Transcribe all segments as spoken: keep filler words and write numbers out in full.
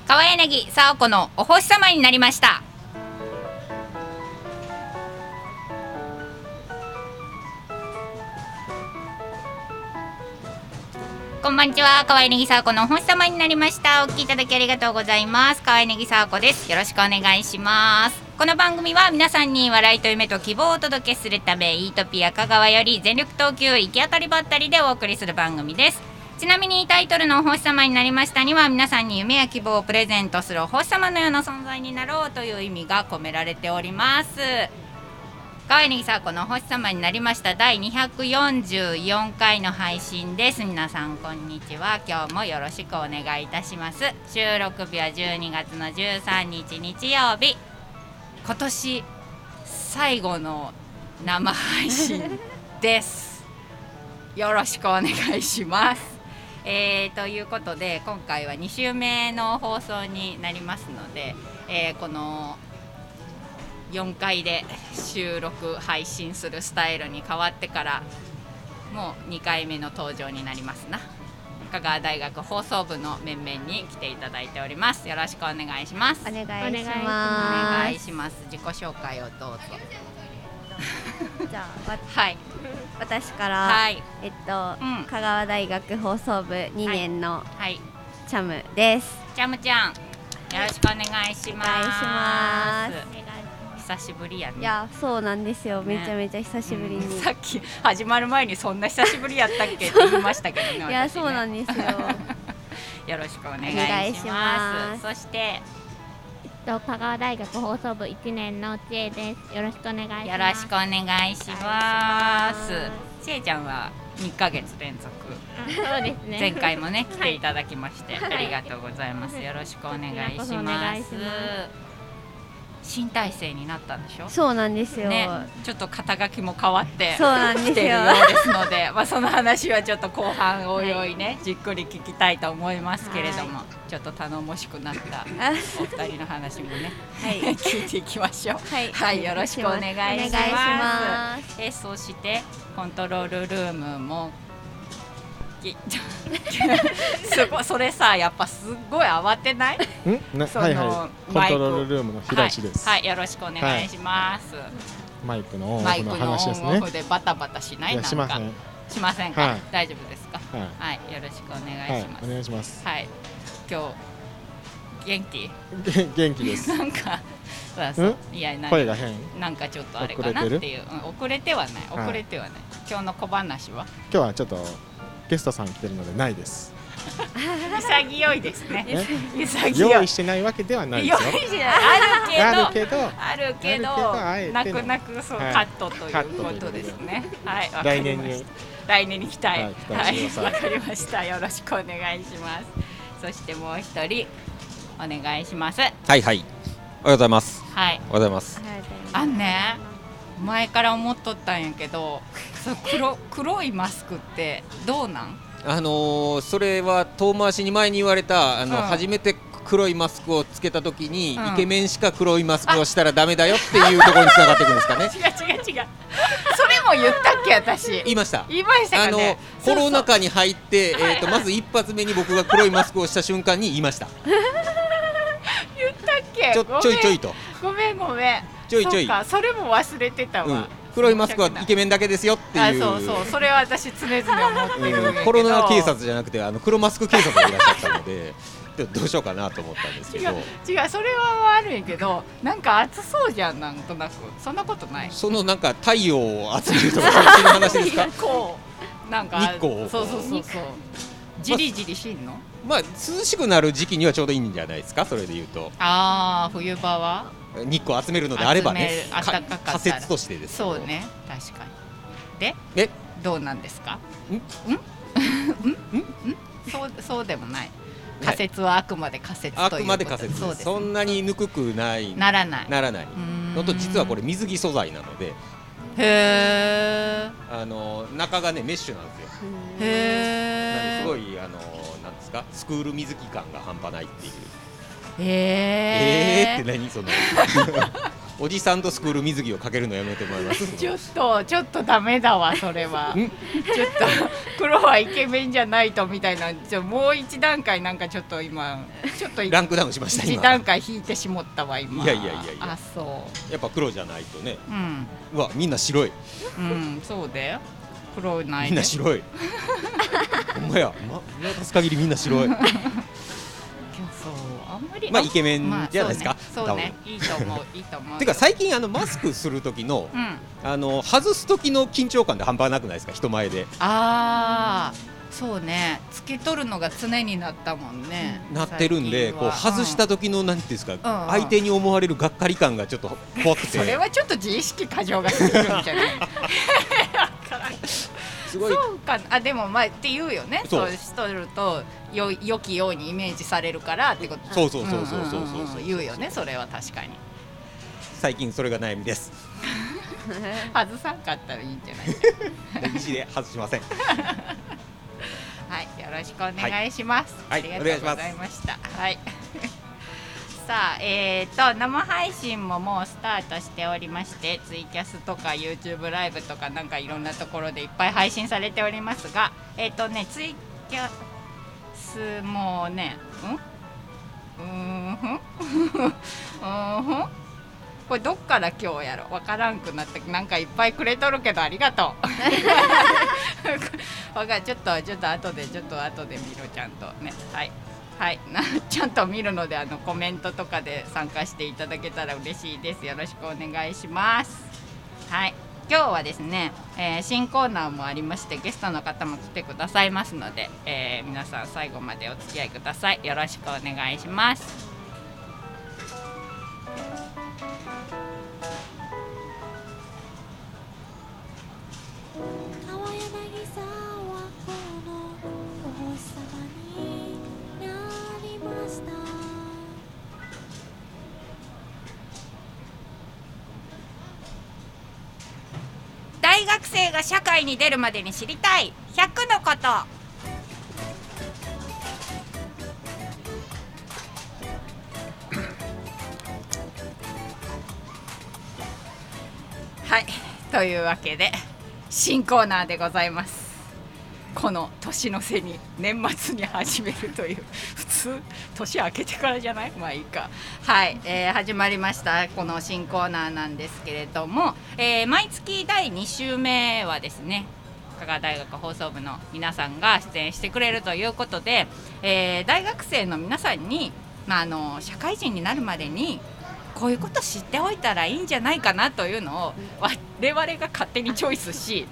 川柳さおこのお星様になりました。こんばんちは。川柳さおこのお星様になりました。お聞きいただきありがとうございます。川柳さおこです。よろしくお願いします。この番組は皆さんに笑いと夢と希望をお届けするため、イートピア香川より全力投球行き当たりばったりでお送りする番組です。ちなみにタイトルのお星様になりましたには、皆さんに夢や希望をプレゼントするお星様のような存在になろうという意味が込められております。川柳さこのお星様になりましただいにひゃくよんじゅうよんかいの配信です。皆さんこんにちは。今日もよろしくお願いいたします。収録日はじゅうにがつのじゅうさんにち日曜日、今年最後の生配信ですよろしくお願いします。えー、ということで今回はにしゅうめの放送になりますので、えー、このよんかいで収録配信するスタイルに変わってからもうにかいめの登場になりますな。香川大学放送部の面々に来ていただいております。よろしくお願いします。 お願いします。 お願いします。自己紹介をどうぞ。 じゃあ、 はい、 私から、 はい、 えっと、うん、香川大学放送部にねんのチャムです。 チャムちゃん、よろしくお願いします。お願いします。久しぶりやね。 いや、そうなんですよ、ね、めちゃめちゃ久しぶりに、 うん、さっき始まる前にそんな久しぶりやったっけって言いましたけどね。 いや、そうなんですよよろしくお願いします。そして香川大学放送部いちねんのちえです。よろしくお願いします。 よろしくお願いします。ちえちゃんはにかげつ連続、 そうですね、 前回もね来ていただきまして、はい、ありがとうございます。よろしくお願いします。新体制になったんでしょ。 そうなんですよ、ね、 ちょっと肩書きも変わってそうなんですよきているようですのでまあその話はちょっと後半おいおいね、はい、じっくり聞きたいと思いますけれども、はい、ちょっと頼もしくなったお二人の話もね、はい、聞いていきましょう。はい、はい、よろしくお願いします。お願いします。えそしてコントロールルームもすごい、それさ、やっぱすごい慌てない？ んなはいはい、コントロールルームの平地です。 はい、はい、よろしくお願いします。はい、 マイクのオンオフの話ですね。マイクのオンオフでバタバタしない？なんかしません。 しませんか？はい、大丈夫ですか？ はい、 はい、よろしくお願いします。 はい、お願いします。 はい、今日元気？ 元気です。 なんかそういや、なん声が変？ なんかちょっとあれかなっていう、うん、遅れてはない、遅れてはない。今日の小話は？ 今日はちょっとゲストさん来てるのでないです。 潔いですね。 潔い。用意してないわけではないですよ。 用意してない。あるけど、 あるけど、 あるけど、泣く泣くそう、はい、カットということですね。はい、 来年に来年に期待。はい、 わかりました。よろしくお願いします。そしてもう一人お願いします。 はいはい。おはようございます。 はい。 おはようございます。 あんね、前から思っとったんやけど、そう黒黒いマスクってどうなん？ あのー、それは遠回しに前に言われたあの、うん、初めて黒いマスクをつけたときに、うん、イケメンしか黒いマスクをしたらダメだよっていうところにつながっていくんですかね。 違う違う違う。それも言ったっけ私。 言いました。 言いましたかね。あのコロナ禍に入って、えーとまず一発目に僕が黒いマスクをした瞬間に言いました。 言ったっけ？ ちょちょいちょいと。 ごめんごめん。 ちょいちょい。 そうか、それも忘れてたわ。うん、 黒いマスクはイケメンだけですよっていう。 あ、そうそう、それは私常々思ってるんだけど、 コロナ警察じゃなくてあの黒マスク警察がいらっしゃったのでどうしようかなと思ったんですけど。 違う違う、それは悪いけど、なんか暑そうじゃん、なんとなく。そんなことない？ そのなんか太陽を集めるとかそっちの話ですか？ こうなんか日光をそうそうそうそう、じりじりしんの？ まあ涼しくなる時期にはちょうどいいんじゃないですか、それで言うと。 ああ、冬場は日光集めるのであればね、 暖かかったら仮説としてです。 そうね、確かに。で、 えどうなんですか？んんんんそうそうでもない。仮説はあくまで仮説ということ。 あくまで仮説です。そうです。そんなにぬくくないならないならないのと、実はこれ水着素材なので、 へー、 あの中がねメッシュなんですよ。 へー、 なんですごいあのなんですか、スクール水着感が半端ないっていう。 えー、 えーって何そのおじさんとスクール水着をかけるのやめてもらいますちょっとちょっとダメだわそれはちょっと黒はイケメンじゃないとみたいなちょもう一段階なんかちょっと今ちょっとランクダウンしました一段階引いてしまったわ今。 いやいやいやいやあそうやっぱ黒じゃないとね、 うん、 うわみんな白い、 うんそうだよ黒ない、ね、 みんな白いほんまや、ま、見渡す限りみんな白いそうあんまりまあイケメンじゃないですか、 まあ、そうね、そうねいいと思ういいと思うてか最近あのマスクする時の、うん、あの外す時の緊張感で半端なくないですか人前で。 ああそうねつけ取るのが常になったもんね、 なってるんでこう外した時のなんていうんですか、うん、相手に思われるがっかり感がちょっと怖くてそれはちょっと自意識過剰が過ぎるんじゃないすごいそうかあでもまあって言うよねそうしとるとよ良きようにイメージされるからってことそうそうそうそうそうそう言うよねそれは確かに最近それが悩みです外さんかったらいいんじゃない意地で外しませんはい、よろしくお願いします。 はい、 ありがとうございました。はい。さあ、えーと生配信ももうスタートしておりまして、ツイキャスとか YouTube ライブとかなんかいろんなところでいっぱい配信されておりますが、えーとねツイキャスもね、ん？うーんふん？うーんふん？これどっから今日やろわからんくなってなんかいっぱいくれとるけどありがとうわかちょっとちょっと後でちょっと後で見ろちゃんとねはいはいちゃんと見るのであのコメントとかで参加していただけたら嬉しいですよろしくお願いしますはい今日はですね、えー、新コーナーもありましてゲストの方も来てくださいますので、えー、皆さん最後までお付き合いくださいよろしくお願いします大学生が社会に出るまでに知りたいひゃくのことはいというわけで新コーナーでございますこの年の瀬に年末に始めるという普通年明けてからじゃないまあいいかはい、えー、始まりましたこの新コーナーなんですけれども、えー、毎月だいに週目はですね香川大学放送部の皆さんが出演してくれるということで、えー、大学生の皆さんに、まあ、あの社会人になるまでにこういうこと知っておいたらいいんじゃないかなというのを我々が勝手にチョイスし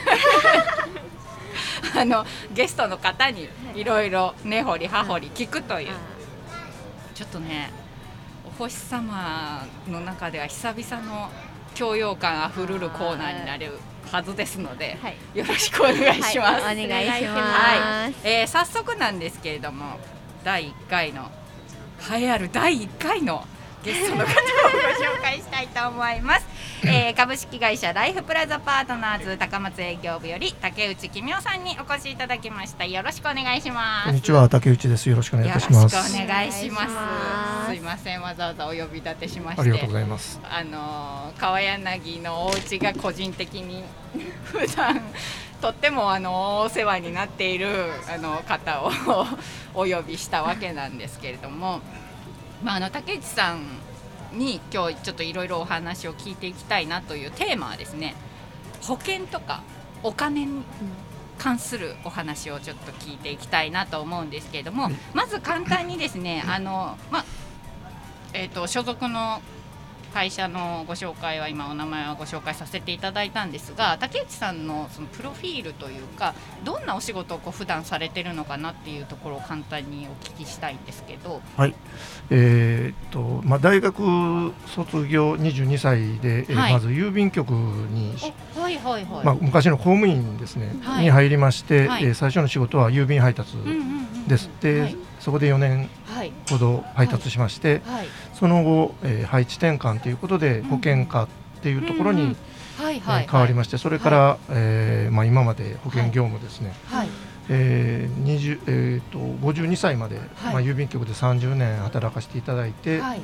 あのゲストの方にいろいろ根掘り葉掘り聞くというちょっとねお星様の中では久々の教養感あふれるコーナーになるはずですので、はい、よろしくお願いします、 はい、お願いします、 はいえー、早速なんですけれどもだいいっかいの栄えあるだいいっかいのゲストの方をご紹介したいと思います、えー、株式会社ライフプラザパートナーズ高松営業部より竹内公夫さんにお越しいただきましたよろしくお願いしますこんにちは竹内ですよろしくお願いいたしますよろしくお願いしますすいませんわざわざお呼び立てしましてありがとうございますあの川柳のお家が個人的に普段とってもあのお世話になっているあの方をお呼びしたわけなんですけれどもまあ、あの竹内さんに今日ちょっといろいろお話を聞いていきたいなというテーマはですね保険とかお金に関するお話をちょっと聞いていきたいなと思うんですけれどもまず簡単にですねあの、まえーと、所属の会社のご紹介は今お名前はご紹介させていただいたんですが竹内さんのそのプロフィールというかどんなお仕事をこう普段されてるのかなっていうところを簡単にお聞きしたいんですけどはい、えーっとまあ、大学卒業にじゅうにさいで、はい、まず郵便局に、 はいはいはいまあ、昔の公務員ですね、はい、に入りまして、はいえー、最初の仕事は郵便配達です、うんうんうんうん、で、はい、そこでよねんほど配達しまして、はいはい、その後、えー、配置転換ということで保険課っていうところに変わりましてそれから、はいえーまあ、今まで保険業務ですね、はいえーにじゅうえー、とごじゅうにさいまで、はいまあ、郵便局でさんじゅうねん働かせていただいて、はい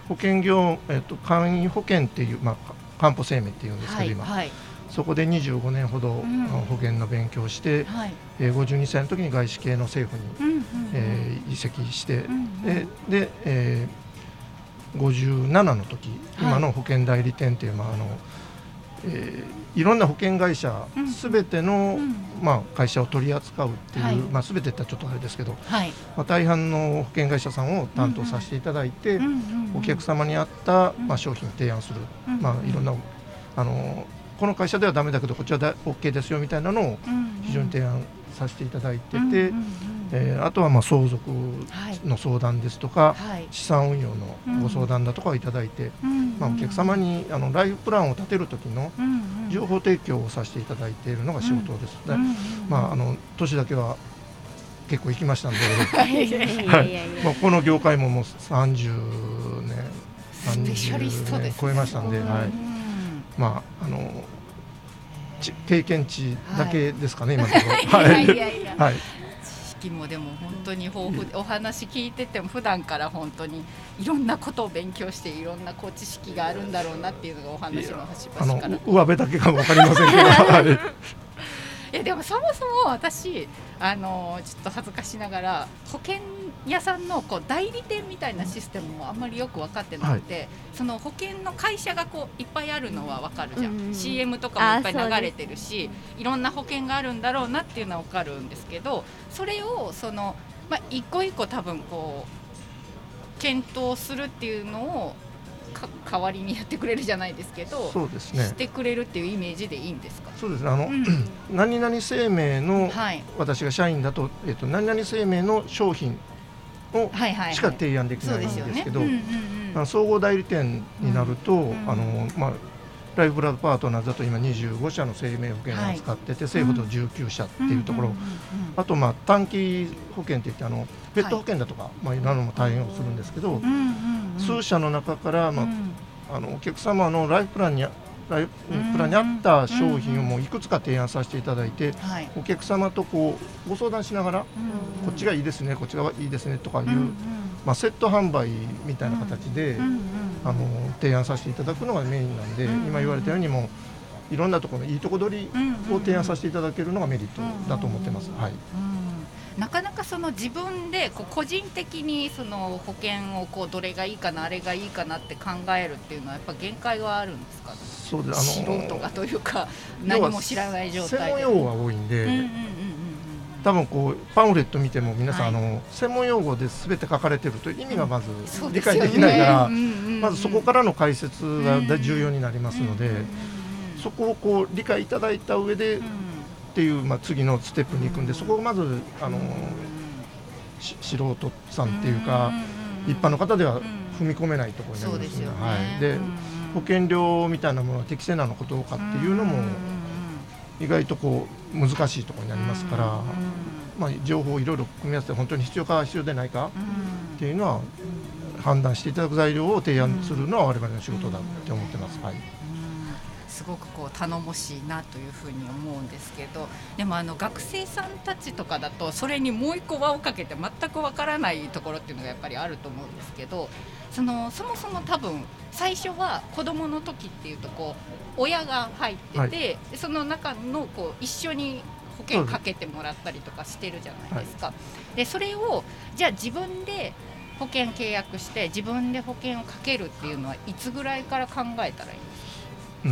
保険業、えっと、簡易保険っていう、まあ、担保生命っていうんですけど、今、はい、そこでにじゅうごねんほど、うん、保険の勉強をして、はい、えー、ごじゅうにさいの時に外資系の政府に、うんうんうん、えー、移籍して、うんうん、でで、えー、ごじゅうななの時、はい、今の保険代理店っていう、まああのえー、いろんな保険会社すべ、うん、ての、うん、まあ、会社を取り扱うっていう、はい、まあ、全てって言ったらちょっとあれですけど、はい、まあ、大半の保険会社さんを担当させていただいて、うんうん、お客様に合った、まあ、商品を提案する、うん、まあ、いろんなあのこの会社ではダメだけどこっちはだ OK ですよみたいなのを非常に提案させていただいてて、うんうんうん、えー、あとはまあ相続の相談ですとか、はい、資産運用のご相談だとかをいただいて、うん、まあ、お客様にあのライフプランを立てる時の情報提供をさせていただいているのが仕事です、うんうん、まあ、あの年だけは結構行きましたんでまあこの業界ももうさんじゅうねんさんじゅうねん超えましたんで、はい、まああの経験値だけですかね、はい、今のところ。はいいやいや、はい、 知識もでも本当に豊富で、お話聞いてても普段から本当にいろんなことを勉強していろんなこう知識があるんだろうなっていうのがお話の端々から。 上辺だけかも分かりませんけどはい、 いやでもそもそも私あのちょっと恥ずかしながら保険屋さんのこう代理店みたいなシステムもあんまりよく分かってなくて、はい、その保険の会社がこういっぱいあるのは分かるじゃん、うん、シーエム とかもいっぱい流れてるし、いろんな保険があるんだろうなっていうのは分かるんですけど、それをその、まあ、一個一個多分こう検討するっていうのをか代わりにやってくれるじゃないですけど、 そうですね、 してくれるっていうイメージでいいんですか？ そうですね、あの、うん、何々生命の、はい、私が社員だと、えっと、何々生命の商品をしか提案できないんですけど、総合代理店になると、うん、あのまあ、ライフブラッドパートナーズだと今にじゅうごしゃの生命保険を扱ってて、はい、政府とじゅうきゅうしゃっていうところ、あと、まあ、短期保険っていってあのペット保険だとか、はい、まあ、いろんなのも対応するんですけど、数社の中から、まあ、あのお客様のライフプランにライフプランに合った商品をもういくつか提案させていただいて、はい、お客様とこうご相談しながら、こっちがいいですね、こっちがいいですねとかいう、まあ、セット販売みたいな形で、あの提案させていただくのがメインなんで、今言われたようにもいろんなところのいいとこ取りを提案させていただけるのがメリットだと思ってます。はい、 なかなかその自分でこう個人的にその保険をこうどれがいいかなあれがいいかなって考えるっていうのはやっぱ限界はあるんですかね？ そうです、 あのー、素人がというか何も知らない状態で専門用語が多いんで、うんうんうんうん、多分こうパンフレット見ても皆さん、はい、あの専門用語で全て書かれてると意味がまず理解できないから、うん、まずそこからの解説が重要になりますので、うんうんうん、そこをこう理解いただいた上で、うん、っていう、まあ、次のステップに行くんで、そこをまずあの素人さんっていうか一般の方では踏み込めないところになりますね。はい、で保険料みたいなものは適正なのかどうかっていうのも意外とこう難しいところになりますから、まあ、情報をいろいろ組み合わせて本当に必要か必要でないかっていうのは判断していただく材料を提案するのは我々の仕事だって思ってます。はい、 すごくこう頼もしいなというふうに思うんですけど、でもあの学生さんたちとかだとそれにもう一個輪をかけて全くわからないところっていうのがやっぱりあると思うんですけど、そのそもそも多分最初は子どもの時っていうとこう親が入ってて、はい、その中のこう一緒に保険かけてもらったりとかしてるじゃないですか。はい、でそれをじゃあ自分で保険契約して自分で保険をかけるっていうのはいつぐらいから考えたらいいんですか？ うん、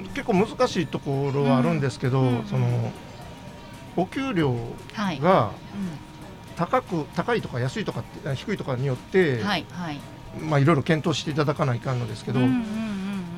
結構難しいところはあるんですけど、うんうん、そのお給料が高く、高いとか安いとか低いとかによって、はいはい、まあいろいろ検討していただかないかんのですけど、うんうんうんうん、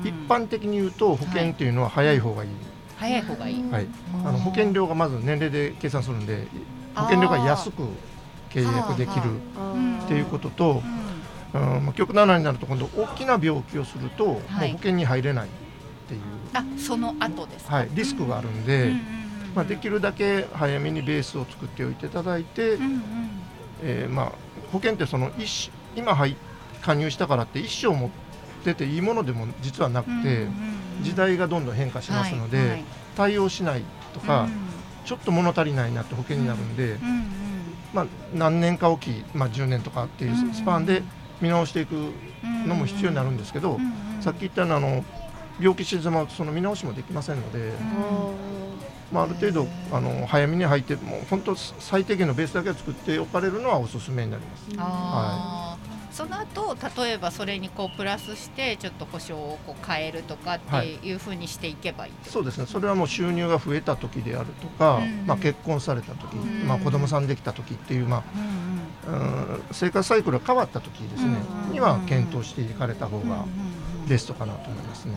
一般的に言うと保険っていうのは早い方がいい、 はい、早い方がいい、はい、 あの保険料がまず年齢で計算するんで保険料が安く契約できるっていうことと、うん、まあ、極端になると今度大きな病気をすると、もう保険に入れないっていう、 あ、その後ですか？ はい、リスクがあるんで、うんうんうん、まあ、できるだけ早めにベースを作っておいていただいて、うんうん、えーまあ、保険ってその一今入加入したからって一生持ってていいものでも実はなくて、うんうんうん、時代がどんどん変化しますので、はいはい、対応しないとか、うん、ちょっと物足りないなって保険になるんで、うんうんうん、まあ、何年かおき、まあ、じゅうねんとかっていうスパンで見直していくのも必要になるんですけど、さっき言ったようなあの病気してしまうとその見直しもできませんので、まあ、ある程度あの早めに入ってもう本当最低限のベースだけを作っておかれるのはおすすめになります。 あ、はい、その後例えばそれにこうプラスしてちょっと保証をこう変えるとかっていうふうにしていけばいい、はい、 そうですね。それはもう収入が増えた時であるとか、うんまあ、結婚された時、うんまあ、子供さんできた時っていう、まあうんうん、生活サイクルが変わった時ですね、うん、には検討していかれた方がベストかなと思いますね。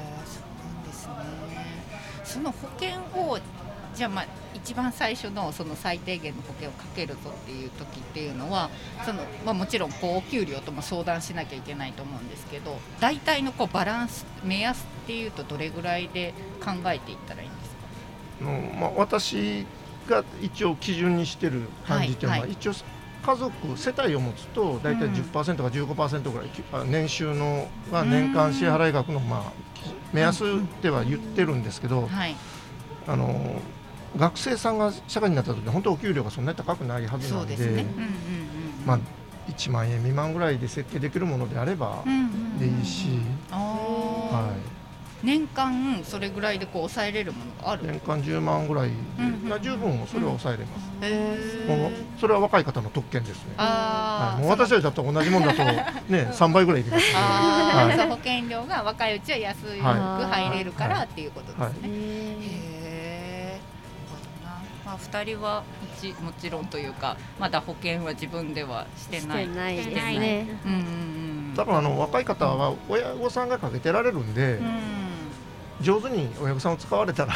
その保険をじゃあまあ一番最初のその最低限の保険をかけるぞっていう時っていうのはその、まあ、もちろんこうお給料とも相談しなきゃいけないと思うんですけど、大体のこうバランス目安っていうとどれぐらいで考えていったらいいんですか？ うんまあ、私が一応基準にしてる感じっていうのは、はいはい、一応家族世帯を持つと大体 じゅっパーセント か じゅうごパーセント ぐらい、うん、年収のは年間支払い額のまあ目安では言ってるんですけど、はい、あの学生さんが社会になった時に本当お給料がそんなに高くないはずなので、まあいちまんえん未満ぐらいで設計できるものであればでいいし、はい、 年間それぐらいでこう抑えれるものがある？年間じゅうまんぐらいで、うんうん、十分それは抑えれます、うん、もうそれは若い方の特権ですね。あ、はい、もう私たちだと同じものだと、ね、さんばいぐらいいりますので、 あ、はい、そう保険料が若いうちは安く入れるから、はい、っていうことですね、はいはい、へー、まあ、ふたりはもちろんというかまだ保険は自分ではしてないしてないですね。 うんうんうん、 多分あの若い方は親御さんがかけてられるんで、うん、上手に親御さんを使われたら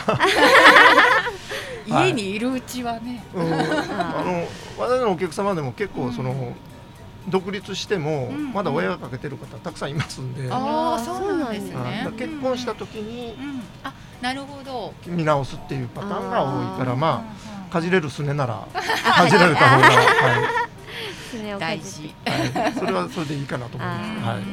家にいるうちはね、 はい、うん、あの私のお客様でも結構その、うん、独立してもまだ親がかけてる方たくさんいますんで、うんうん、 ああそうなんですね。 結婚した時に、うん、 あ、なるほど、 見直すっていうパターンが多いから、まあかじれるすねならかじられた方が、はい、 大事、 はい、それはそれでいいかなと思います。はい、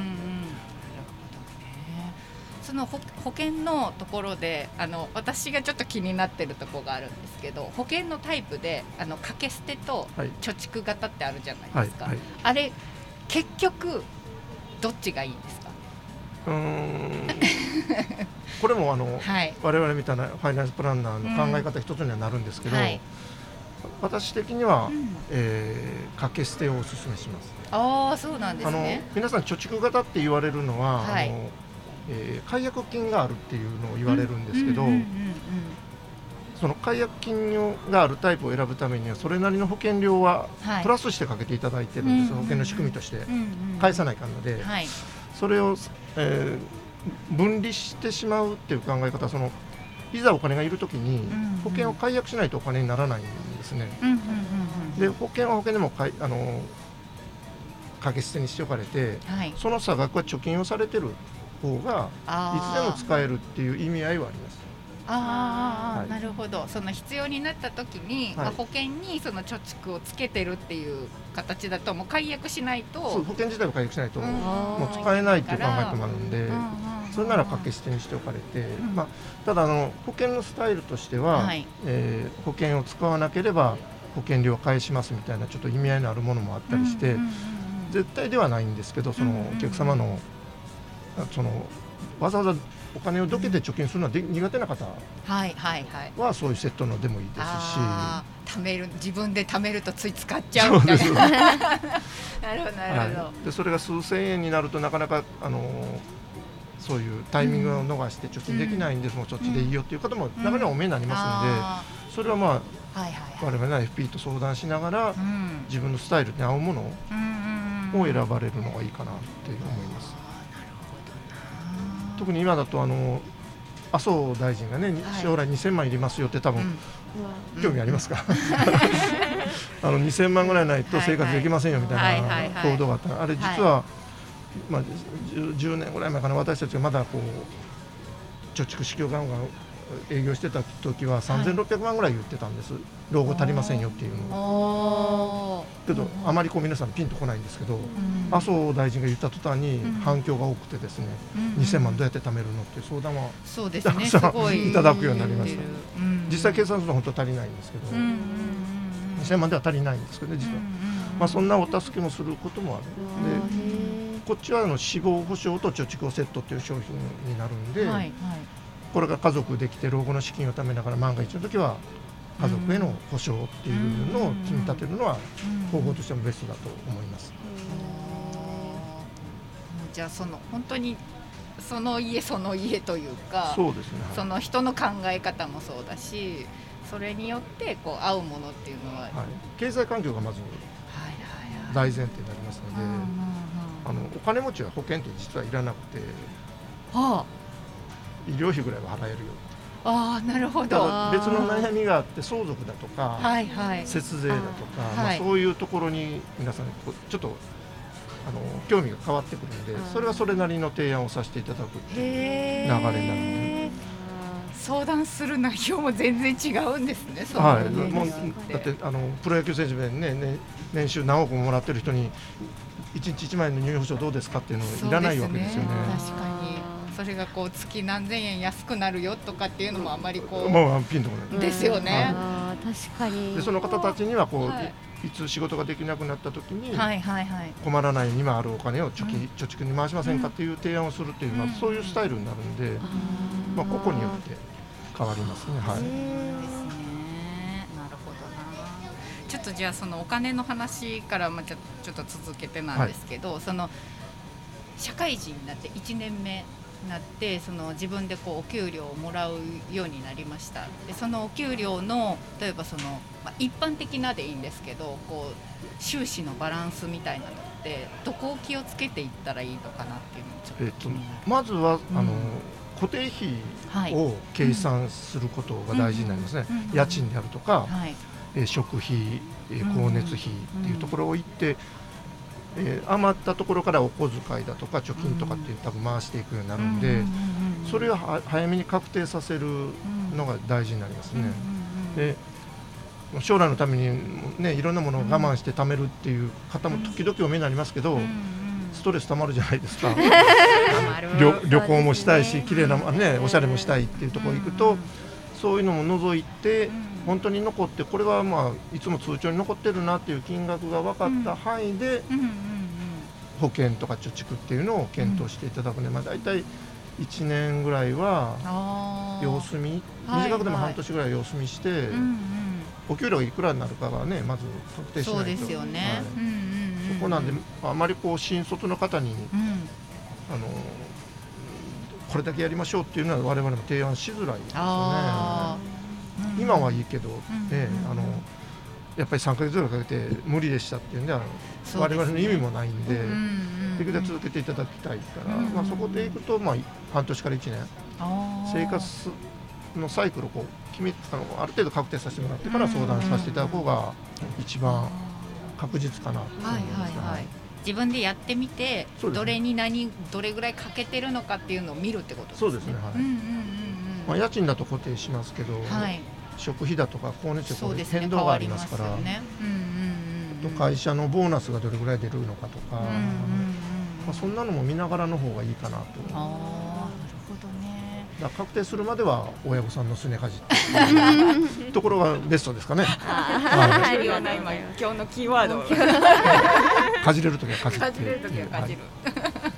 その 保, 保険のところであの私がちょっと気になってるところがあるんですけど、保険のタイプであの掛け捨てと貯蓄型ってあるじゃないですか、はいはいはい、あれ結局どっちがいいんですか？ うーんこれもあの、はい、我々みたいなファイナンスプランナーの考え方一つにはなるんですけど、うん、はい、私的には、うん、えー、掛け捨てをお勧めします。 ああ、そうなんですね。 あの皆さん貯蓄型って言われるのは、はい、あのえー、解約金があるっていうのを言われるんですけど、その解約金があるタイプを選ぶためにはそれなりの保険料はプラスしてかけていただいてるんです、はい、保険の仕組みとして返さないかんので、はい、それを、えー、分離してしまうっていう考え方は、そのいざお金がいるときに保険を解約しないとお金にならないんですね。で保険は保険でもかいあの掛け捨てにしておかれて、はい、その差額は貯金をされてる方がいつでも使えるっていう意味合いはあります。 あ、はい、なるほど。その必要になった時に、はい、保険にその貯蓄をつけてるっていう形だともう解約しないと、 そう、保険自体を解約しないともう使えないっていう考え方もあるんで、それなら掛け捨てにしておかれて、うん、まあ、ただあの保険のスタイルとしては、はい、えー、保険を使わなければ保険料を返しますみたいなちょっと意味合いのあるものもあったりして、絶対ではないんですけど、そのお客様のそのわざわざお金をどけて貯金するのはで苦手な方はそういうセットのでもいいですし、 あ、貯める、自分で貯めるとつい使っちゃうみたいななるほどなるほど、 はい、でそれが数千円になるとなかなかあのそういうタイミングを逃して貯金できないんです、うん、もうそっちでいいよっていう方も中にはお見えになりますので、それはまあ、はいはいはい、我々の エフピー と相談しながら、うん、自分のスタイルに合うものを選ばれるのがいいかなって思います。特に今だとあの麻生大臣がね、はい、将来にせんまんいりますよって多分、うん、興味ありますか、うん、あのにせんまんぐらいないと生活できませんよみたいな報道があった、はいはい、あれ実は、はい、まあ、じゅうねんぐらい前かな、私たちがまだこう貯蓄市況願が営業してた時はさんぜんろっぴゃくまんぐらい言ってたんです、はい、老後足りませんよっていうのを。けどあまりこう皆さんピンとこないんですけど、うん、麻生大臣が言った途端に反響が多くてですね、うん、にせんまんどうやって貯めるのっていう相談は、 そうですね、すごいいただくようになりました、うん、実際計算すると本当足りないんですけど、うん、にせんまんでは足りないんですけどね、実は、うん、まあ、そんなお助けもすることもあるので、 こっちはあの死亡保障と貯蓄をセットっていう商品になるんで、はいはい、これが家族できて老後の資金を貯めながら万が一の時は家族への保障っていうのを積み立てるのは方法としてもベストだと思います。 じゃあその本当にその家その家というか、 そうですね、はい、 その人の考え方もそうだし、それによってこう合うものっていうのは、はい、 経済環境がまず大前提になりますので、あのお金持ちは保険って実はいらなくて、はあ、医療費ぐらいは払えるよ。 ああ、なるほど。 別の悩みがあって相続だとか、はいはい、節税だとか、まあ、そういうところに皆さんちょっとあの興味が変わってくるので、それはそれなりの提案をさせていただくっていう流れになるので、 相談する内容も全然違うんですね。そはい、もうだってあのプロ野球選手で、ねね、年収何億ももらってる人にいちにちいちまんえんの入院保障どうですかっていうのはいらないわけですよね。 確かにそれがこう月何千円安くなるよとかっていうのもあまりこう、 もうピンとこないですよね。 あ、確かに。 でその方たちにはこう、はい、いつ仕事ができなくなった時に、 はいはいはい、 困らないように今あるお金を貯金、うん、貯蓄に回しませんかっていう提案をするっていう、うん、まあ、そういうスタイルになるんで、うん、まあ、個々によって変わりますね。はい。ですね。 なるほどな。ちょっとじゃあそのお金の話からまあちょちょっと続けてなんですけど、はい、その社会人になっていちねんめになってその自分でこうお給料をもらうようになりました。でそのお給料の例えばその、まあ、一般的なでいいんですけど、こう収支のバランスみたいなのってどこを気をつけていったらいいのかなっていうのをちょっと気になる。 えっと、まずは、うん、あの固定費を計算することが大事になりますね。家賃であるとか、はい、え食費、え光熱費っていうところを言って、えー、余ったところからお小遣いだとか貯金とかっていう多分回していくようになるんで、それを早めに確定させるのが大事になりますね。で将来のために、ね、いろんなものを我慢して貯めるっていう方も時々お目になりますけど、ストレスたまるじゃないですか。旅, 旅行もしたいし、ね、綺麗な、ね、おしゃれもしたいっていうところに行くと、そういうのも除いて本当に残って、これはまあいつも通帳に残ってるなっていう金額が分かった範囲で保険とか貯蓄っていうのを検討していただくので、まあ、大体いちねんぐらいは様子見、短くでも半年ぐらい様子見して、お給料がいくらになるかはねまず確定しないと。 そうですよね、はい、 そこなんであまりこう新卒の方に、うん、あのこれだけやりましょうっていうのは我々も提案しづらいですよね。うん、今はいいけど、うんね、あのやっぱりさんかげつぐらいかけて無理でしたっていうんでは、ね、我々の意味もないんで、うん、できるだけ続けていただきたいから、うんまあ、そこでいくと、まあ、半年からいちねん生活のサイクルをこう決めあのある程度確定させてもらってから相談させていただく方が一番確実かなと思いますね。はいはいはい、 自分でやってみて、ね、どれに何どれぐらいかけてるのかっていうのを見るってことですね。 そうですね、はい。うんうんうんうん、まあ、家賃だと固定しますけど、はい、食費だとか光熱費変動がありますから、ねうんうんうん、と会社のボーナスがどれぐらい出るのかとか、うんうんうんまあ、そんなのも見ながらの方がいいかなと。 あ、なるほどね。 だから確定するまでは親御さんのすねかじってところがベストですかね。 はい、今今日のキーワードかじれるときはかじる。 かじれるときはかじる。はい、確かに、なる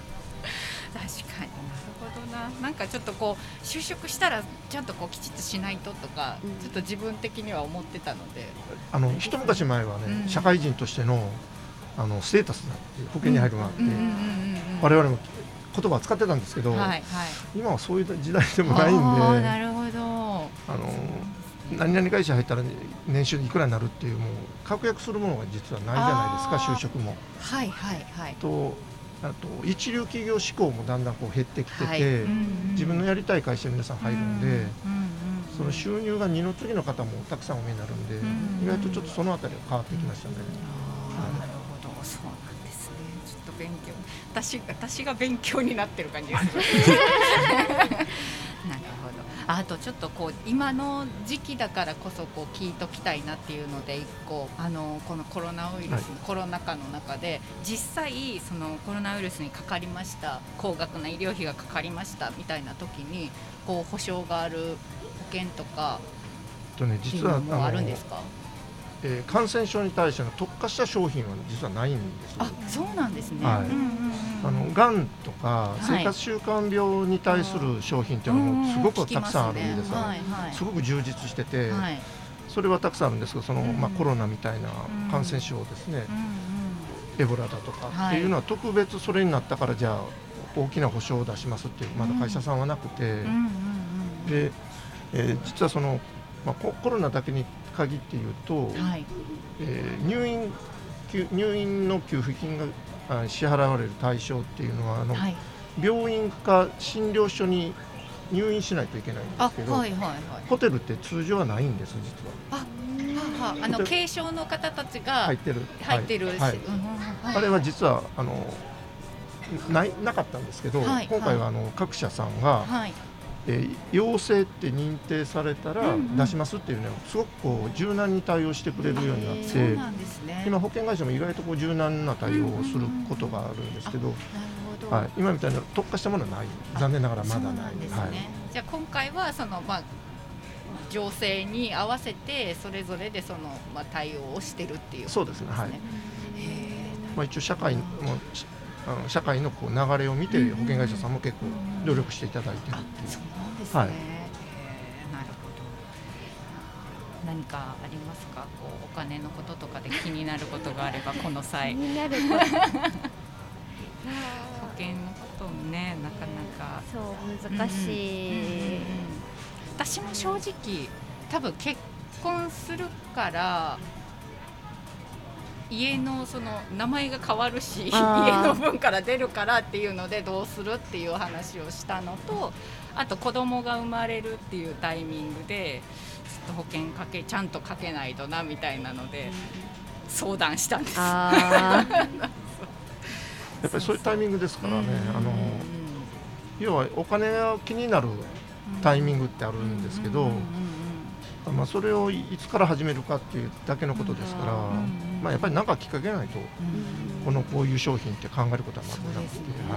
ほどな。なんかちょっとこう就職したらちゃんとこうきちっとしないととか、うん、ちょっと自分的には思ってたので、 あの一昔前はね、うん、社会人としてのあのステータスだって保険に入るのがあって、我々も言葉を使ってたんですけど、はいはい、今はそういう時代でもないんで、 なるほど。 あの何々会社入ったら年収いくらになるっていうもう確約するものが実はないじゃないですか、就職も。 はいはいはい。 とあと一流企業志向もだんだんこう減ってきてて、はいうんうん、自分のやりたい会社に皆さん入るんで、うんうんうん、その収入が二の次の方もたくさんお見になるんで、うんうん、意外とちょっとそのあたりが変わってきましたね。 うん、なるほど、そうなんですね。ちょっと勉強、私私が勉強になってる感じです。なるほど。あとちょっとこう今の時期だからこそこう聞いときたいなっていうので一個あのこのコロナウイルス、はい、コロナ禍の中で実際そのコロナウイルスにかかりました、高額な医療費がかかりましたみたいな時にこう保証がある保険とかっていうのもあるんですか？ えー、感染症に対しての特化した商品は実はないんですよ。 あ、そうなんですね。 はい、 うんうんうん、 あのがんとか生活習慣病に対する商品っていうのもすごくたくさんあるんですよ、ねはいはい、すごく充実してて、はい、それはたくさんあるんですけどその、まあ、コロナみたいな感染症ですね、エボラだとかっていうのは特別それになったからじゃあ大きな保証を出しますっていうまだ会社さんはなくて、で、えー、実はその、まあ、コロナだけに限って言うと、はいえー、入院入院の給付金が支払われる対象っていうのはあの、はい、病院か診療所に入院しないといけないんですけど、はいはいはい、ホテルって通常はないんです実は。 あははあの軽症の方たちが入ってる入ってる、はいはいうん、あれは実はあの な, なかったんですけど、はい、今回はあの各社さんが、はいえー、陽性って認定されたら出しますっていうのはすごくこう柔軟に対応してくれるようになって、そうなんですね、今保険会社も意外とこう柔軟な対応をすることがあるんですけど、うんうんうんはい、今みたいな特化したものはない、残念ながらまだない。そうなんですね、はい、 じゃあ今回はその、まあ、情勢に合わせてそれぞれでその、まあ、対応をしてるっていうことですね。そうですね、はいまあ、一応社会もあの社会のこう流れを見て保険会社さんも結構努力していただいているっていう。 そうなんですね、はい、なるほど。何かありますか、こうお金のこととかで気になることがあればこの際気になること保険のこともねなかなかそう難しい、うんうんうん、 私も正直多分結婚するから家のその名前が変わるし家の分から出るからっていうのでどうするっていう話をしたのと、あと子供が生まれるっていうタイミングでちょっと保険かけちゃんとかけないとなみたいなので相談したんです。あやっぱりそういうタイミングですからね、あの要はお金が気になるタイミングってあるんですけど、まあ、それをいつから始めるかっていうだけのことですから、まあ、やっぱり何かきっかけがないとこのこういう商品って考えることはまずなくて、はい、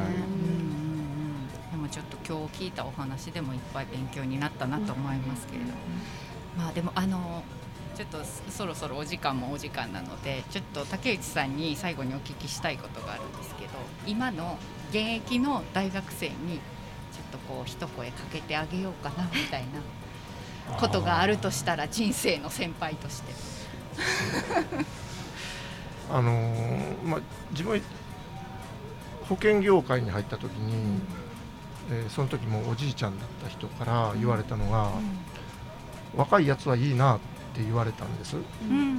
でもちょっと今日聞いたお話でもいっぱい勉強になったなと思いますけれども、まあでもあのちょっとそろそろお時間もお時間なのでちょっと竹内さんに最後にお聞きしたいことがあるんですけど、今の現役の大学生にちょっとこう一声かけてあげようかなみたいなことがあるとしたら、人生の先輩としてあのーまあ、自分保険業界に入った時に、うんえー、その時もおじいちゃんだった人から言われたのが、うん、若いやつはいいなって言われたんです、うんうんうん、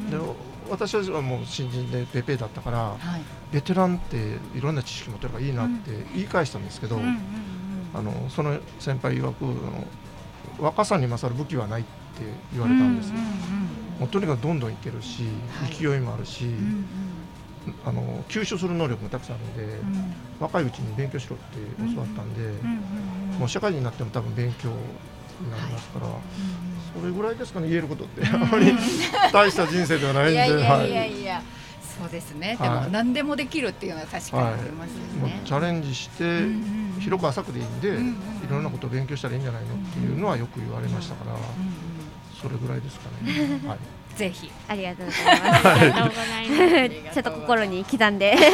で私はもう新人でペペだったから、はい、ベテランっていろんな知識持ってるからいいなって言い返したんですけど、うんうんうんうん、あのその先輩曰くあの若さに勝る武器はないって言われたんです、うんうんうん、もうとにかくどんどんいけるし、はい、勢いもあるし、うんうん、あの吸収する能力もたくさんあるので、うん、若いうちに勉強しろって教わったんで、うんうんうん、もう社会人になっても多分勉強になりますから、はいうん、それぐらいですかね言えることって、うん、あまり大した人生ではないんでいやいやいやいや、 はい、そうですね、はい、でも何でもできるっていうのは確かにありますよね、はい、 もうチャレンジして、うんうん広く浅くでいいんで、うんうんうん、いろんなことを勉強したらいいんじゃないのっていうのはよく言われましたから、うんうんうん、それぐらいですかね、はい、 ぜひありがとうございます、ありがとうございますちょっと心に刻んで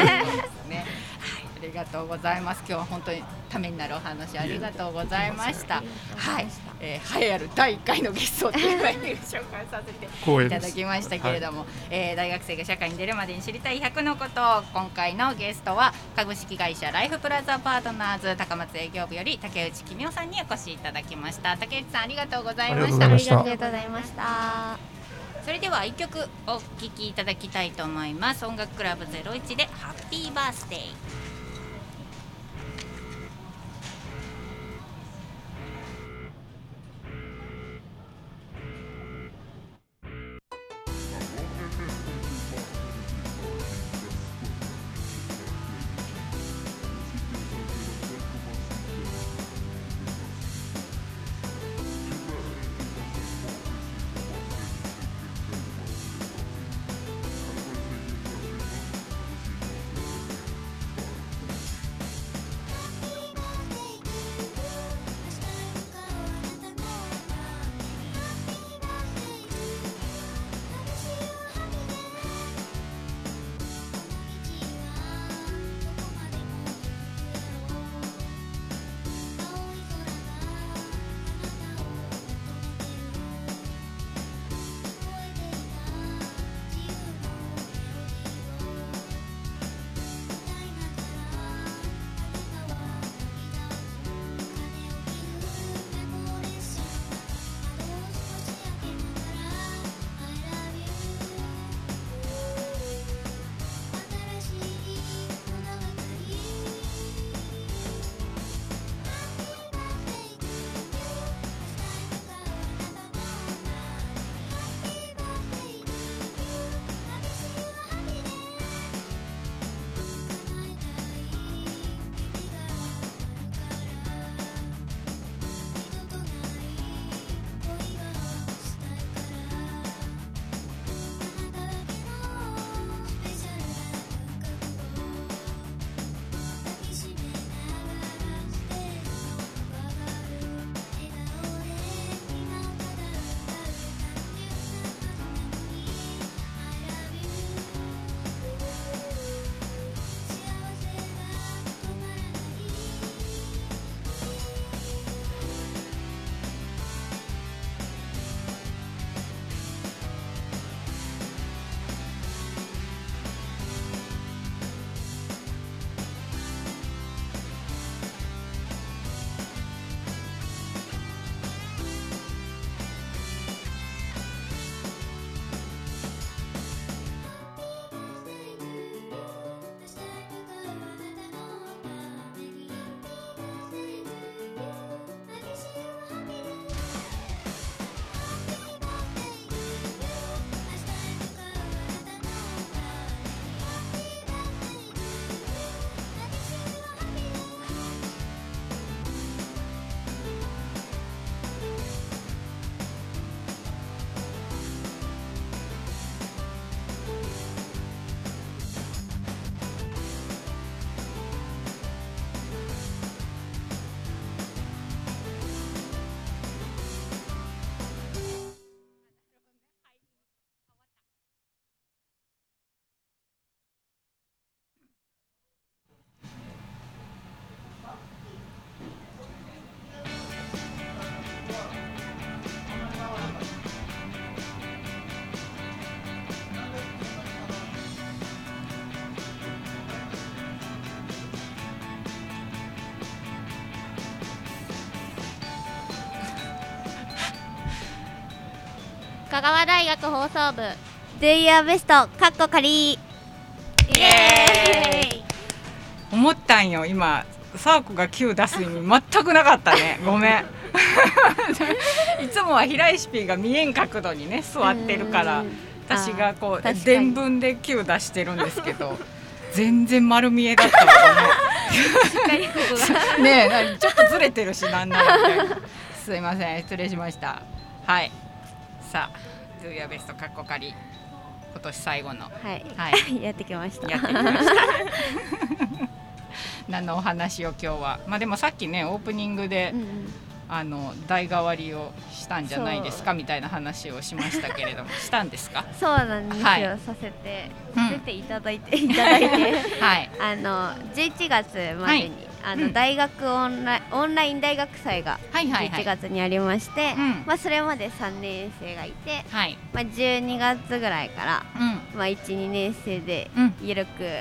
ありがとうございます。今日は本当にためになるお話ありがとうございました。はい、えー、栄えあるだいいっかいのゲストというふうに紹介させていただきましたけれども、はいえー、大学生が社会に出るまでに知りたいひゃくのこと。今回のゲストは株式会社ライフプラザパートナーズ高松営業部より竹内公夫さんにお越しいただきました。竹内さんありがとうございました。 ありがとうございました。 それではいっきょくお聴きいただきたいと思います。音楽クラブゼロイチでハッピーバースデー。 香川大学放送部 Do Your Best かっこ仮。イエーイ。 思ったんよ今サーコがきゅう出す意味全くなかったねごめんいつもは平石 P が見えん角度にね座ってるから私がこう伝聞できゅう出してるんですけど全然丸見えだったわごめんねえちょっとずれてるしなんならみたいなすいません失礼しました。はい、さあ Do Your Best かっこ仮今年最後の、 はいはい、 やってきました。 やってきました何のお話を今日は、まあ、でもさっきねオープニングで、うんうん、あの代替わりをしたんじゃないですかみたいな話をしましたけれどもしたんですか？ そうなんですよ、はい、させてさせていただいて、うん、いただいて、はい、あのじゅういちがつまでに、はい、あの大学オンライン、オンライン大学祭がじゅういちがつにありまして、はいはいはい、まあ、それまでさんねん生がいて、はい、まあ、じゅうにがつぐらいから、うん、まあ、いち、にねん生でゆるく、うんうん、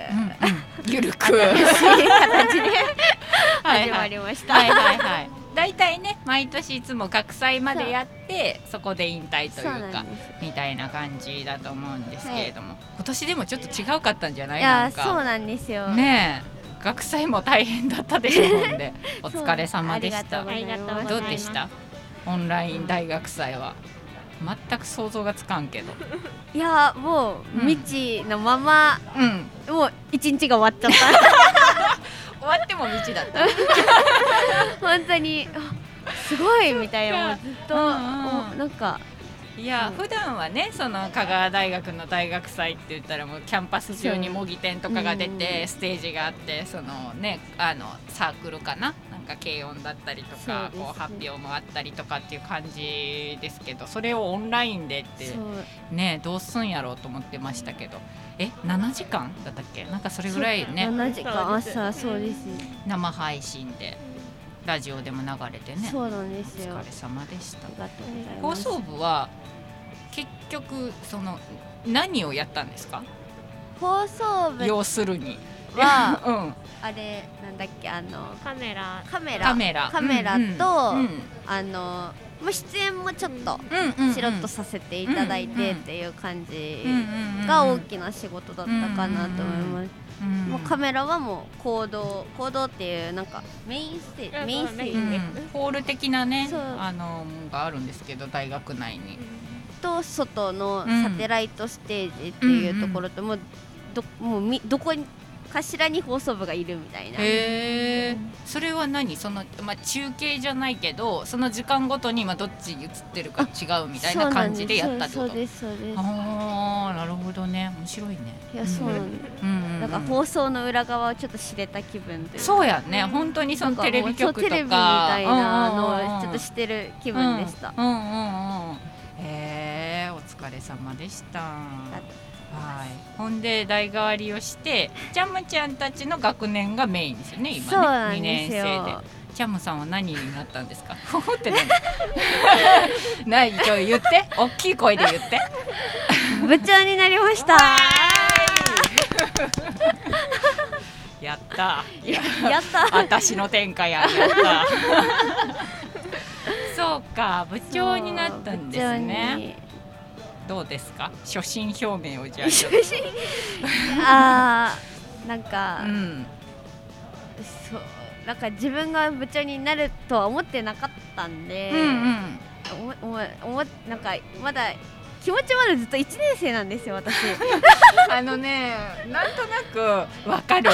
ゆるく新しい形で始まりました。 はいはいはい、だいたいね毎年いつも学祭までやってそこで引退というかみたいな感じだと思うんですけれども、はい、今年でもちょっと違うかったんじゃない？ いやなんかそうなんですよねえ、学祭も大変だったでしょうんでお疲れ様でした。 ありがとうございます。 どうでした？オンライン大学祭は全く想像がつかんけど。 いやもう未知のまま、うん、もう一日が終わっちゃった終わっても未知だった本当にすごいみたいな、もうずっと、うんうん、なんかいや、うん、普段はねその香川大学の大学祭って言ったらもうキャンパス中に模擬店とかが出てステージがあってそのねあのサークルかななんか軽音だったりとかこう発表もあったりとかっていう感じですけど、それをオンラインでってねどうすんやろうと思ってましたけど、えななじかんだったっけ、なんかそれぐらいねななじかん朝そうです生配信でラジオでも流れてね。 そうなんですよ。 お疲れ様でした。 ありがとうござい放ます。 送部は結局その何をやったんですか？ 放送部要するには、 うん、 あれなんだっけあのカメラカメラカメラカメラと、 うんうん、 あのまあ出演もちょっとチロッとさせていただいてっていう感じが大きな仕事だったかなと思います。もうカメラはもう行動行動っていうなんかメインステージメインステージ、うん、 ホール的なねあのがあるんですけど大学内にと外のサテライトステージっていうところと、うん、もうどもうみどこにかしらに放送部がいるみたいな。 へー、それは何その、まあ、中継じゃないけどその時間ごとに今どっちに映ってるか違うみたいな感じでやったってこと？ そうですそうです。 あーなるほどね、面白いね。 いやそうなんです、うんうんうん、だから放送の裏側をちょっと知れた気分というか。 そうやね、本当にそのテレビ局とかテレビみたいなのをちょっとしてる気分でした。 うんうんうんうん、へーお疲れ様でした。はい、ほんで代替わりをしてチャムちゃんたちの学年がメインですよね今ね。 そうなんですよ。 にねん生でチャムさんは何になったんですか？って何？何ちょ言って大きい声で言って部長になりました。 やったや, やった私の天下ややったそうか部長になったんですね。どうですか初心表明をじゃあちょっとあーなんか、 うん、 そうなんか自分が部長になるとは思ってなかったんで、 うんうん、 おもおもなんかまだ気持ちまだずっといちねん生なんですよ私あのねなんとなくわかる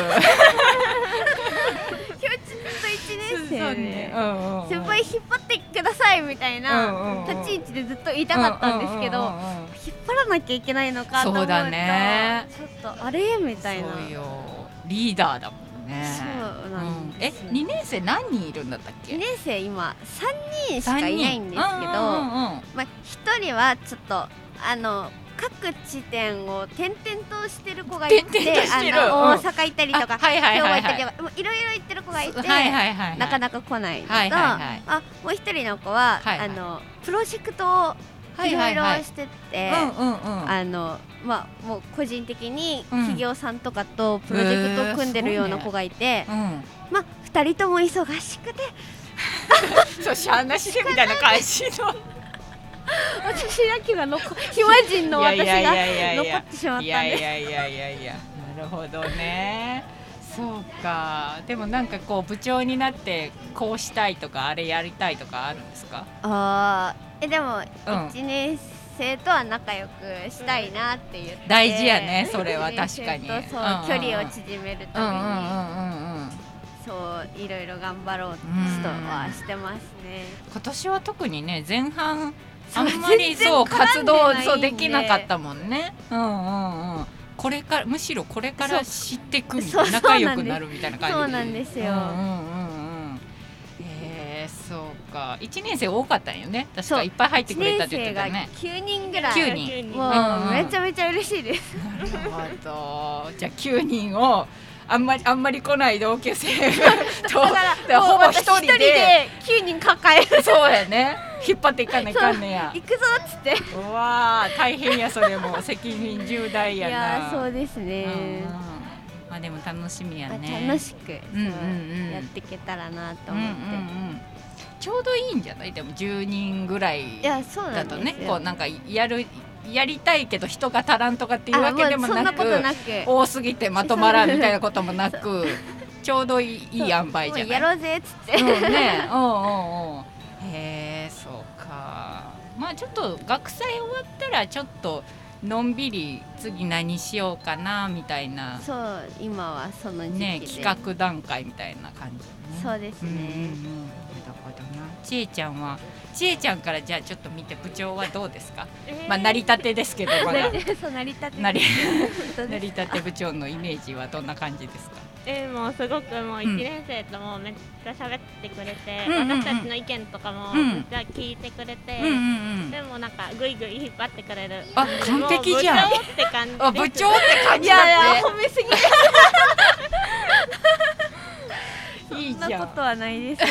気持ちずっといちねん生で、 ねうんうんうん、 先輩引っ張ってくださいみたいな立ち位置でずっと言いたかったんですけど、うんうんうんうん、引っ張らなきゃいけないのかと思うとそうだねちょっとあれみたいな。 そうよリーダーだもんね。 そうなんです、 うん、えにねん生何人いるんだったっけ？ にねん生今さんにんしかいないんですけど、うんうんうん、まあ、ひとりはちょっとあの各地点を転々としてる子がいて、あの大阪行ったりとか、 はいはいはいはい、 兵庫行ったりとか、もういろいろ行ってる子がいて、 はいはいはいはい、 なかなか来ないのと、 はいはいはい、 あもう一人の子は、はいはい、あのプロジェクトをいろいろしてて、あのまあもう個人的に企業さんとかとプロジェクトを組んでるような子がいて、うんねうん、まあ二人とも忙しくてそうしゃあなしでみたいな感じの私だけが残暇人の私が残ってしまったんです。 いやいやいやいやいや、なるほどね。そうか。でもなんかこう部長になってこうしたいとかあれやりたいとかあるんですか？ あーえでもいちねん生とは仲良くしたいなって言って、 大事やねそれは確かに。 そう、距離を縮めるために、うんうんうんうん、そういろいろ頑張ろうとはしてますね。 今年は特にね前半あんまりそう活動そうできなかったもんね。うんうんうん。これからむしろこれから知っていくみたいな、仲良くなるみたいな感じで。 そうなんですよ。うんうんうんうん。 えー、そうか。いちねん生多かったんよね。確かいっぱい入ってくれたって言ってたね。 きゅうにんぐらい。 きゅうにん。 もうめちゃめちゃ嬉しいです。 なるほど。じゃあきゅうにんをあんまりあんまり来ない同級生とだからほぼ一人できゅうにん抱える。 そうやね。引っ張っていかないかんねや。 行くぞっつって。 うわー大変やそれも責任重大やな。 いやそうですね。 まあでも楽しみやね。 楽しく、うんうんうん、やっていけたらなと思って、うんうんうん、 ちょうどいいんじゃない？でもじゅうにんぐらいだとね、こうなんかやるやりたいけど人が足らんとかっていうわけでもなく、 なく多すぎてまとまらんみたいなこともなくちょうどいいいい塩梅じゃない？ やろうぜっつって。 うんね、おうおうおう。へえ、そうか。まあちょっと学祭終わったらちょっとのんびり次何しようかなみたいな。 そう今はその時期で、 ね、企画段階みたいな感じ、ね、 そうですね。うんうんうん、なるほどな。ちえちゃんはちえちゃんからじゃあちょっと見て部長はどうですか？えー、まあ成り立てですけどまだそう成り立て成り成り立て部長のイメージはどんな感じですか？ えー、もうすごくもういちねん生ともめっちゃ喋ってくれて、うん、私たちの意見とかもめっちゃ聞いてくれて、うんうんうん、でもなんかぐいぐい引っ張ってくれる。 あ、完璧じゃん。 部長って感じです。 あ、部長って感じだって。 いやいや褒めすぎいいじゃん。そんなことはないですよ。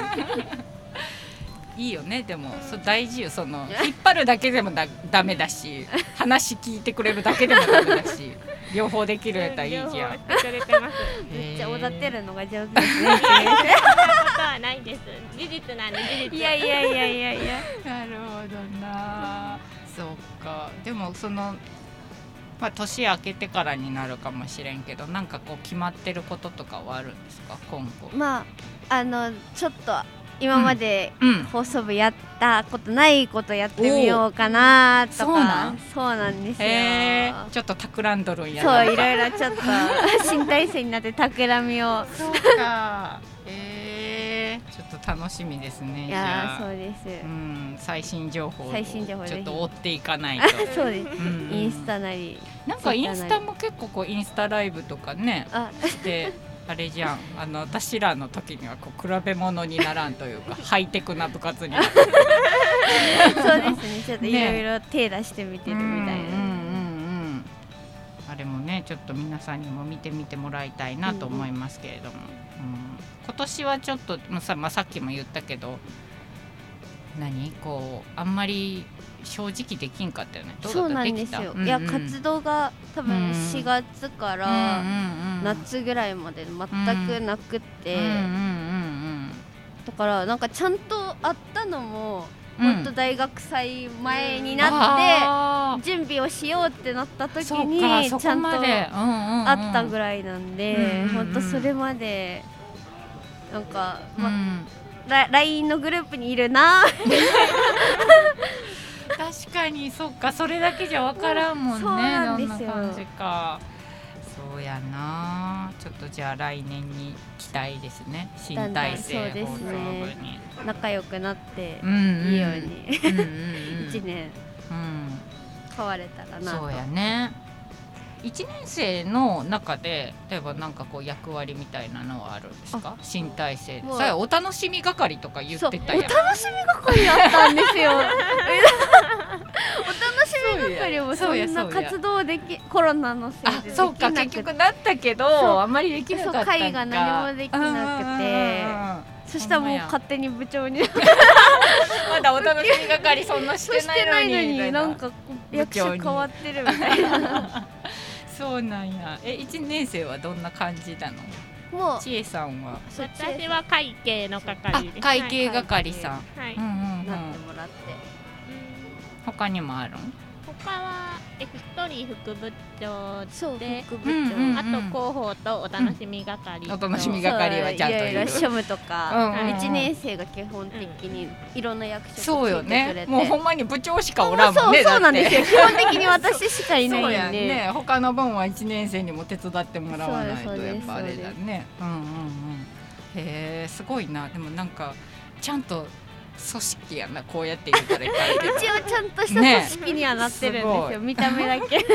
いいよね。でもそ大事よ。その引っ張るだけでもだダメだし、話聞いてくれるだけでもダメだし、両方できるやったらいいじゃん。 両方してくれてます。 めっちゃおだてるのが上手ですね。そんなことはないです。事実なんで事実。 いやいやいやいやいや。 なるほどな。そうか。でもそのまあ年明けてからになるかもしれんけど、なんかこう決まってることとかはあるんですか今後？ まああのちょっと。今まで放送部やったことないことやってみようかなとか、そうなん、そうなんですよ。 へー、ちょっと企んどるんや。 そういろいろちょっと新体制になって企みを。 そうか。えー、ちょっと楽しみですね。 いやそうです。 うん、最新情報を最新情報ちょっと追っていかないと。 そうです、うんうん。インスタなり。 なんかインスタも結構こうインスタライブとかねして。あれじゃん、あの私らの時にはこう比べ物にならんというかハイテクな部活になってそうですね、ちょっといろいろ手出してみてるみたいな、ね、うんうんうん、 あれもねちょっと皆さんにも見てみてもらいたいなと思いますけれども、うんうん、今年はちょっと、まあさまあ、さっきも言ったけど何こうあんまり正直できんかったよね。どうだった？ そうなんですよ、うんうん、いや活動が多分しがつから夏ぐらいまで全くなくって、だからなんかちゃんとあったのも本当大学祭前になって準備をしようってなった時にちゃんとあったぐらいなんで、本当それまでなんか、まライン のグループにいるな確かにそっか、それだけじゃ分からんもんね。そうなんですよ。どんな感じか。そうやな。ちょっとじゃあ来年に期待ですね。新体制放送部に仲良くなっていいようにいちねん変われたらなと。 そうやね。いちねん生の中で例えばなんかこう役割みたいなのはあるんですか？新体制でさあお楽しみ係とか言ってたやん。 お楽しみ係やったんですよお楽しみ係もそんな活動できコロナのせいでできなくて、あ、 そうか結局なったけどあんまりできなかったんか。 会が何もできなくて、そしたらもう勝手に部長にまだお楽しみ係そんなしてないのにみたいな、 なんか役所変わってるみたいなそうなんや。え、いちねん生はどんな感じなの？もうちえさんは。 私は会計の係です。 会計係さん。 はい。 うんうんうん、なってもらって。 他にもあるん？ 他はエクストリー副部長で、 副部長、うんうんうん、 あと広報とお楽しみ係、うん、 お楽しみ係はちゃんといる。 いろいろ庶務とか、うんうん、いちねん生が基本的にいろんな役職そうよね。もうほんまに部長しかおらんもんね。 そうそうなんですよ。基本的に私しかいないんで。そうやね。他の分はいちねん生にも手伝ってもらわないとやっぱあれだね。うんうんうん。へえ、すごいな。でもなんかちゃんと組織やな、こうやって言ったらいかんけど一応ちゃんとした組織にはなってるんですよ、ね、見た目だけ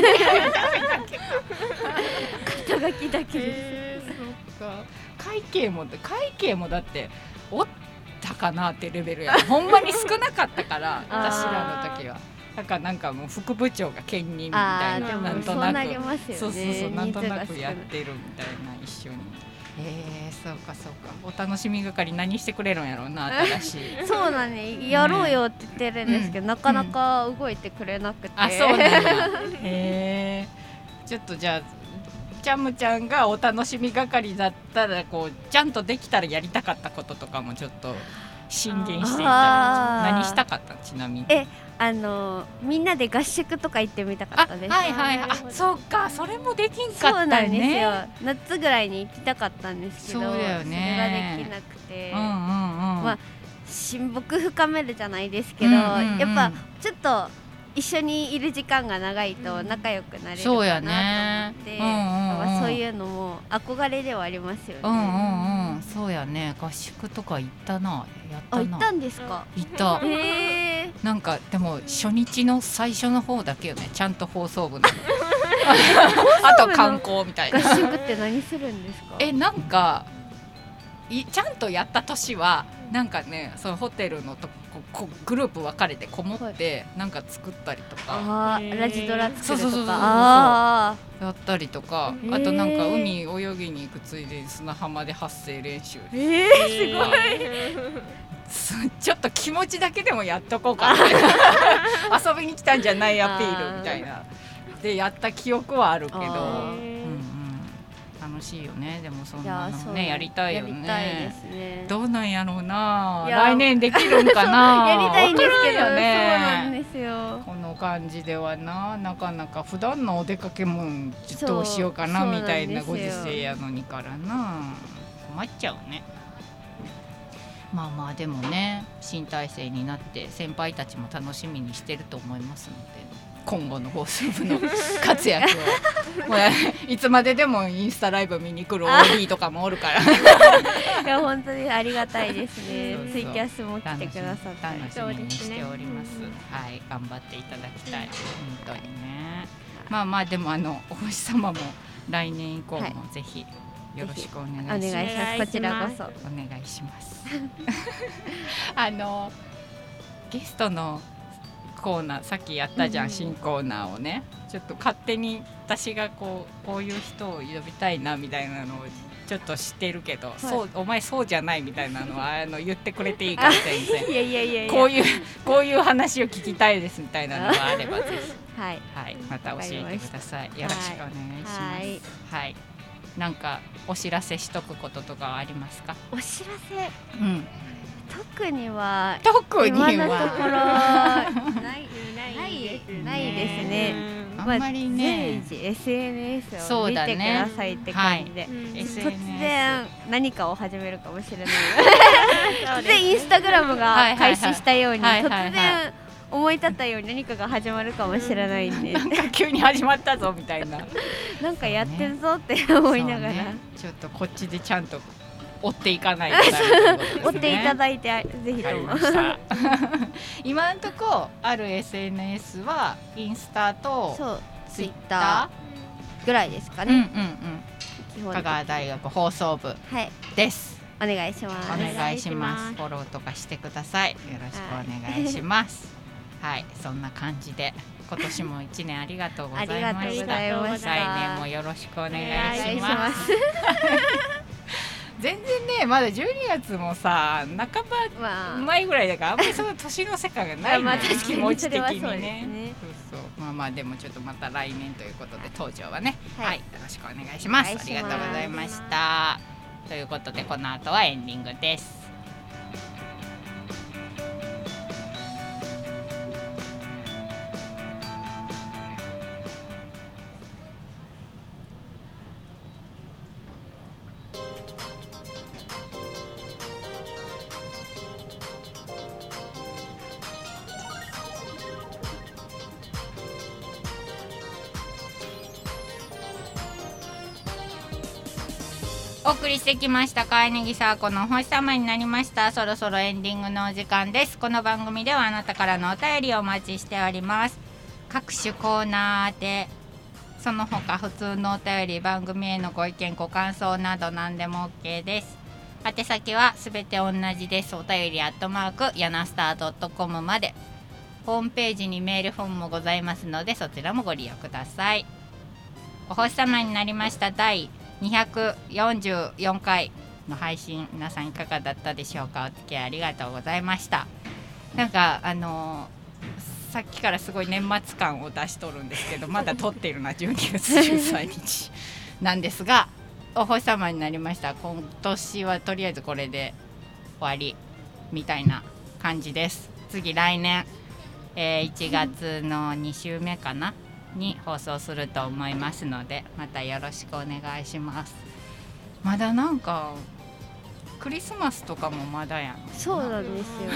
肩書きだけです、 えー、そっか。会計も会計もだっておったかなってレベルやほんまに少なかったから私らの時はだからなんかもう副部長が兼任みたいな、なんとなくそうそうそう、なんとなくやってるみたいな一緒に。えー、そうかそうか。お楽しみ係何してくれるんやろうな、新しいそうなんね、やろうよって言ってるんですけど、うん、なかなか動いてくれなくて、 うん、あ、そうなんだへーちょっとじゃあちゃむちゃんがお楽しみ係だったらこうちゃんとできたらやりたかったこととかもちょっと進言していたら何したかった？ちなみにえあのみんなで合宿とか行ってみたかったです。 はいはいはい。あ、そうか、それもできんかったね。 そうなんですよ。夏ぐらいに行きたかったんですけど、 そうだよね、 それができなくて、 うんうんうん、 まあ親睦深めるじゃないですけど、うんうんうん、やっぱちょっと一緒にいる時間が長いと仲良くなれるかなと思って、ね、うんうんうん、そういうのも憧れではありますよね。 うんうんうん、そうやね。合宿とか行ったな、やったな。 あ、行ったんですか？ 行った。 へー。 なんかでも初日の最初の方だけよね、ちゃんと放送部のあと観光みたいな。 合宿って何するんですか？ え、なんかいちゃんとやった年はなんかね、そのホテルのとこグループ分かれてこもって、はい、なんか作ったりとか、 あラジドラ作るとか、 そうそうそうそう、あやったりとか、あとなんか海泳ぎに行くついでに砂浜で発声練習、 えー、すごいちょっと気持ちだけでもやっとこうかな遊びに来たんじゃないアピールみたいなでやった記憶はあるけど、うんうん、楽しいよね。でもそんなのね や, やりたいよね。 やりたいですね。 どうなんやろうな、来年できるんかなやりたいんですけど、 ね、 そうなんですよ。 この感じではな、なかなか普段のお出かけもどうしようかなみたいなご時世やのにからな、困っちゃうね。まあまあでもね、新体制になって先輩たちも楽しみにしてると思いますので、今後の放送部の活躍をもういつまででもインスタライブ見に来る オーディー とかもおるからいや本当にありがたいですね。そうそう、ツイキャスも来てくださって楽しみにしております、ね、はい、頑張っていただきたい、本当にね。まあまあでもあのお星様も来年以降もぜひ、はい、よろしくお願いします。 お願いします。こちらこそお願いしますあのゲストのコーナーさっきやったじゃん、うん、新コーナーをね、ちょっと勝手に私がこうこういう人を呼びたいなみたいなのをちょっと知ってるけど、はい、そうお前そうじゃないみたいなのはあの言ってくれていいから全然いやいやいやいや、 こういうこういう話を聞きたいですみたいなのがあればぜひはい、 はい、また教えてください。よろしくお願いします。はい、はい、なんかお知らせしとくこととかはありますか？ お知らせ、 うん、 特には特には今のところないないないですね。 あんまりね、 随時 エスエヌエス を見てくださいって感じで、ね、はい、突然何かを始めるかもしれないでインスタグラムが開始したように突然思い立ったように何かが始まるかもしれないんで、 なんか急に始まったぞみたいななんかやってるぞって思いながら、ね、 ちょっとこっちでちゃんと追っていかないとダメなことですね。 追っていただいてぜひとも今のとこある エスエヌエス はインスタとツイッターぐらいですかね。 うんうんうん、香川大学放送部です、 はい、お願いします。 お願いします。フォローとかしてください。よろしくお願いしますはい、そんな感じで今年も一年ありがとうございました。 ありがとうございました。 来年もよろしくお願いします全然ね、まだじゅうにがつもさ半ば前ぐらいだからあんまりその年の世界がないのよ気持ち的にね。そうそう、まあまあでもちょっとまた来年ということで登場はね、はい、はい、よろしくお願いします。ありがとうございました。ということでこの後はエンディングです。 お送りしてきました川柳サーコのお星様になりました。そろそろエンディングのお時間です。この番組ではあなたからのお便りをお待ちしております。各種コーナーでその他普通のお便り、番組へのご意見ご感想など何でも OK です。宛先はすべて同じです。お便りアットマークヤナスター .com まで。ホームページにメールフォームもございますのでそちらもご利用ください。お星様になりましただいにひゃくよんじゅうよんかいの配信、皆さんいかがだったでしょうか。お付き合いありがとうございました。なんかあのー、さっきからすごい年末感を出しとるんですけどまだ撮っているのはじゅうにがつじゅうさんにちなんですが、お星様になりました。今年はとりあえずこれで終わりみたいな感じです。次来年、えー、いちがつのに週目かなに放送すると思いますのでまたよろしくお願いします。まだなんかクリスマスとかもまだやん。 そうなんですよ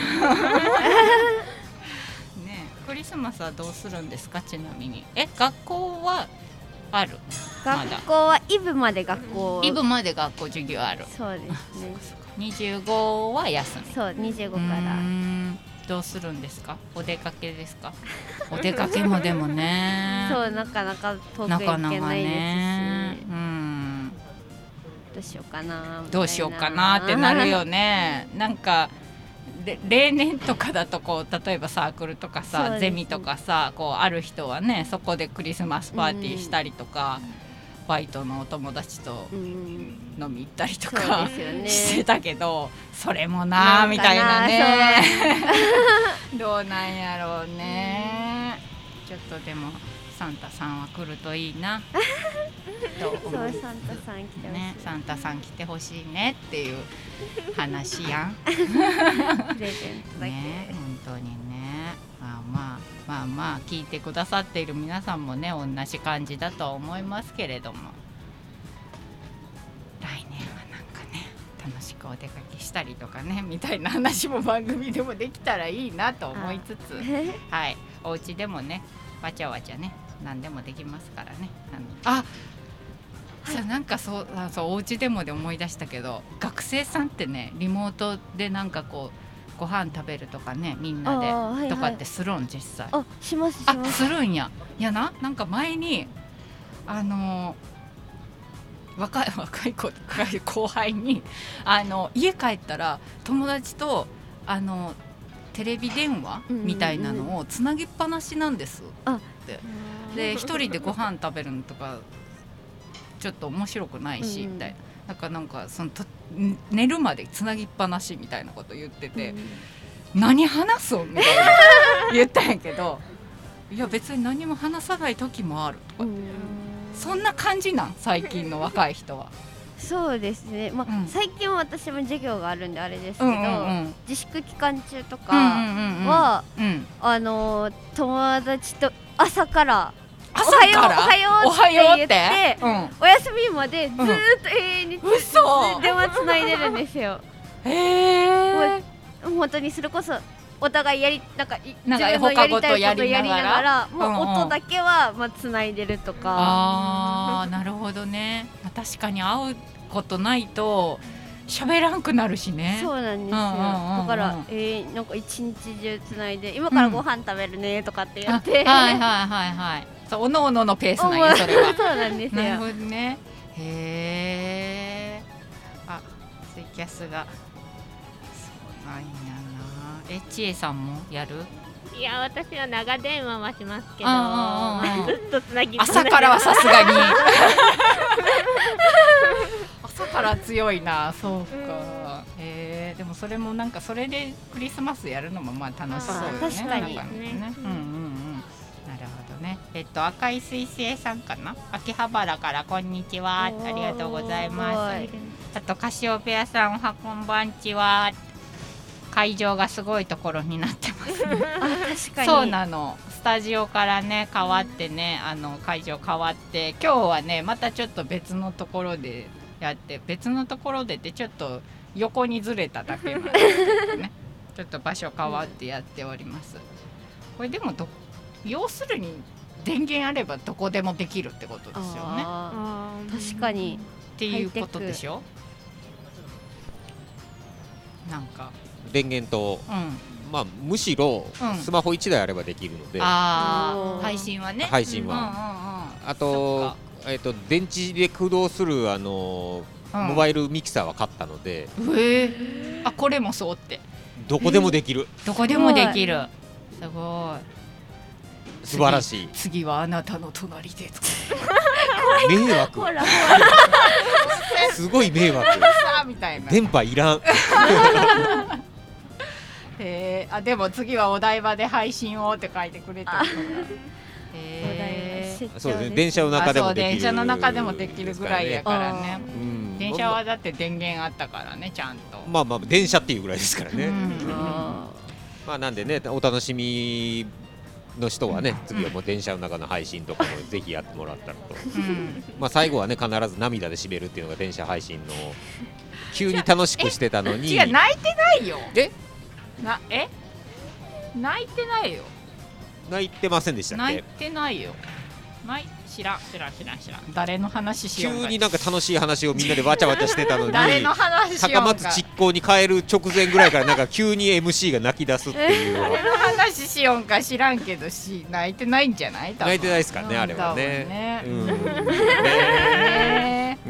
ね。クリスマスはどうするんですか。ちなみにえ学校はある。 学校はイブまで学校イブまで学校授業ある。 そうですね。 にじゅうごは休み。 そうにじゅうごからどうするんですか。お出かけですか。お出かけもでもねそうなかなか遠く行けないですし、 ね、うんどうしようかなどうしようかなってなるよねなんか例年とかだとこう例えばサークルとかさ、ね、ゼミとかさこうある人はねそこでクリスマスパーティーしたりとか、うん、バイトのお友達と飲み行ったりとか、うんね、してたけどそれもなーみたいなねどうなんやろうね、うん、ちょっとでもサンタさんは来るといいなと思う。そうサンタさん来てほしい、 ね、サンタさん来てほしいねっていう話やんプレゼントだけね本当にね。まあまあまあまあ聞いてくださっている皆さんもね同じ感じだと思いますけれども、来年はなんかね楽しくお出かけしたりとかねみたいな話も番組でもできたらいいなと思いつつはいお家でもねわちゃわちゃね何でもできますからね。あさあなんかそうあそうお家でもで思い出したけど学生さんってねリモートでなんかこうご飯食べるとかねみんなで、はいはい、とかってするん実際。 あしますします。 あするんや。いやななんか前にあの若い若い子若い後輩にあの家帰ったら友達とあのテレビ電話みたいなのをつなぎっぱなしなんですって、うん、で一人でご飯食べるのとかちょっと面白くないし、うん、みたいななんかなんかそのと寝るまでつなぎっぱなしみたいなこと言ってて、うん、何話すんみたいな言ったんやけどいや別に何も話さない時もあるとか、うん、そんな感じなん最近の若い人は。 そうですね、まあうん、最近は私も授業があるんであれですけど、うんうんうん、自粛期間中とかは、うんうんうんうん、あの友達と朝から朝からおはよう、おはようって言って、うん、お休みまでずーっと永遠に、うん、電話つないでるんですよ。 へー本当にそれこそお互いやりなんか自分のやりたいことやりながらもう音だけはまあつないでるとか、うんうん、 あーなるほどね。確かに会うことないと喋らんくなるしね。 そうなんですよ、うんうんうんうん、だから、えー、なんか一日中つないで今からご飯食べるねとかって言って、 うん、はいはいはいはいそうおのおののペースなんやそれはそうなんですよ。 なるほどね。へーあツイキャスがそうなんやな。えちえさんもやる？ いや私は長電話はしますけど、まあ、ずっとつなぎ朝からはさすがに朝から強いな。そうか、えー、でもそれもなんかそれでクリスマスやるのもまあ楽しそうよね。 確かにね、うんうんうん、なるほどね。えっと赤い彗星さんかな。秋葉原からこんにちはありがとうございます。あとカシオペアさんおはこんばんちは。会場がすごいところになってます、ね、 あ確かにそうなの。スタジオからね変わってねあの会場変わって今日はねまたちょっと別のところでやって別のところでってちょっと横にずれただけなんですけどねちょっと場所変わってやっております。これでもど要するに電源あればどこでもできるってことですよね。 あ確かにっていうことでしょ。 なんか電源と、うん、まあむしろスマホいちだいあればできるので、うん、 あ配信はね配信は、うんうんうん、あとえっと電池で駆動するあのーうん、モバイルミキサーは買ったので、 えー、あこれもそうってどこでもできる、 どこでもできる、すごい素晴らしい。 次はあなたの隣で迷惑すごい迷惑みたいな、 電波いらんへー、あでも次はお台場で配信をって書いてくれてるへー、 そうですね、電車の中でもできる、 電車の中でもできるぐらいやからね、うん、電車はだって電源あったからね、ちゃんとまあまあ電車っていうぐらいですからね、うん、まあなんでね、お楽しみの人はね、次はもう電車の中の配信とかもぜひやってもらったらと、うん、まあ最後はね必ず涙で締めるっていうのが電車配信の急に楽しくしてたのに違う、泣いてないよ。 えなえ泣いてないよ。 泣いてませんでしたっけ？ 泣いてないよ。ない知らん知らん知らん知らん。誰の話しようか。 急になんか楽しい話をみんなでわちゃわちゃしてたのに誰の話しようか。 高松築港に帰る直前ぐらいからなんか急に エムシー が泣き出すっていう誰の話しようか知らんけどし泣いてないんじゃない？ 泣いてないですかね、あれはね。 ね、うんね、うん、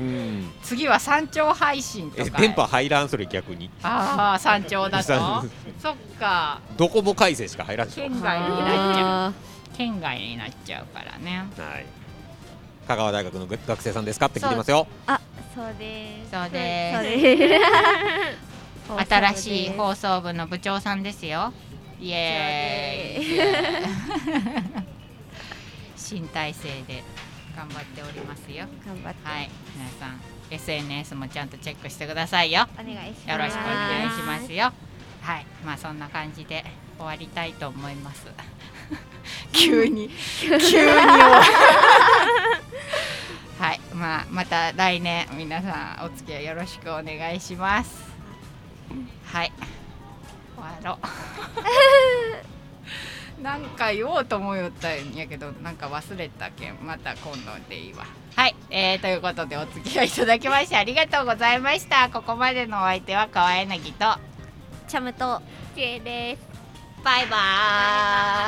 次は山頂配信とか。 電波入らん、それ逆に。 ああ山頂だとそっか、 ドコモ回線しか入らんでしょ。 県外になっちゃう県外になっちゃうからね。 はい、香川大学の学生さんですかって聞いてますよ。 あ、そうです。 そうです。新しい放送部の部長さんですよ。イエーイ。新体制で頑張っておりますよ。 頑張って。 はい、皆さん エスエヌエス もちゃんとチェックしてくださいよ。 お願いします。 よろしくお願いしますよ。はい、まあそんな感じで終わりたいと思います。急に急に終わる。はい、まあまた来年皆さんお付き合いよろしくお願いします。はい、終わろう。なんか言おうと思うよったんやけどなんか忘れたけんまた今度でいいわ。はい、えー、ということでお付き合いいただきましてありがとうございました。ここまでのお相手は川柳とチャムとちえです。 バイバーイ。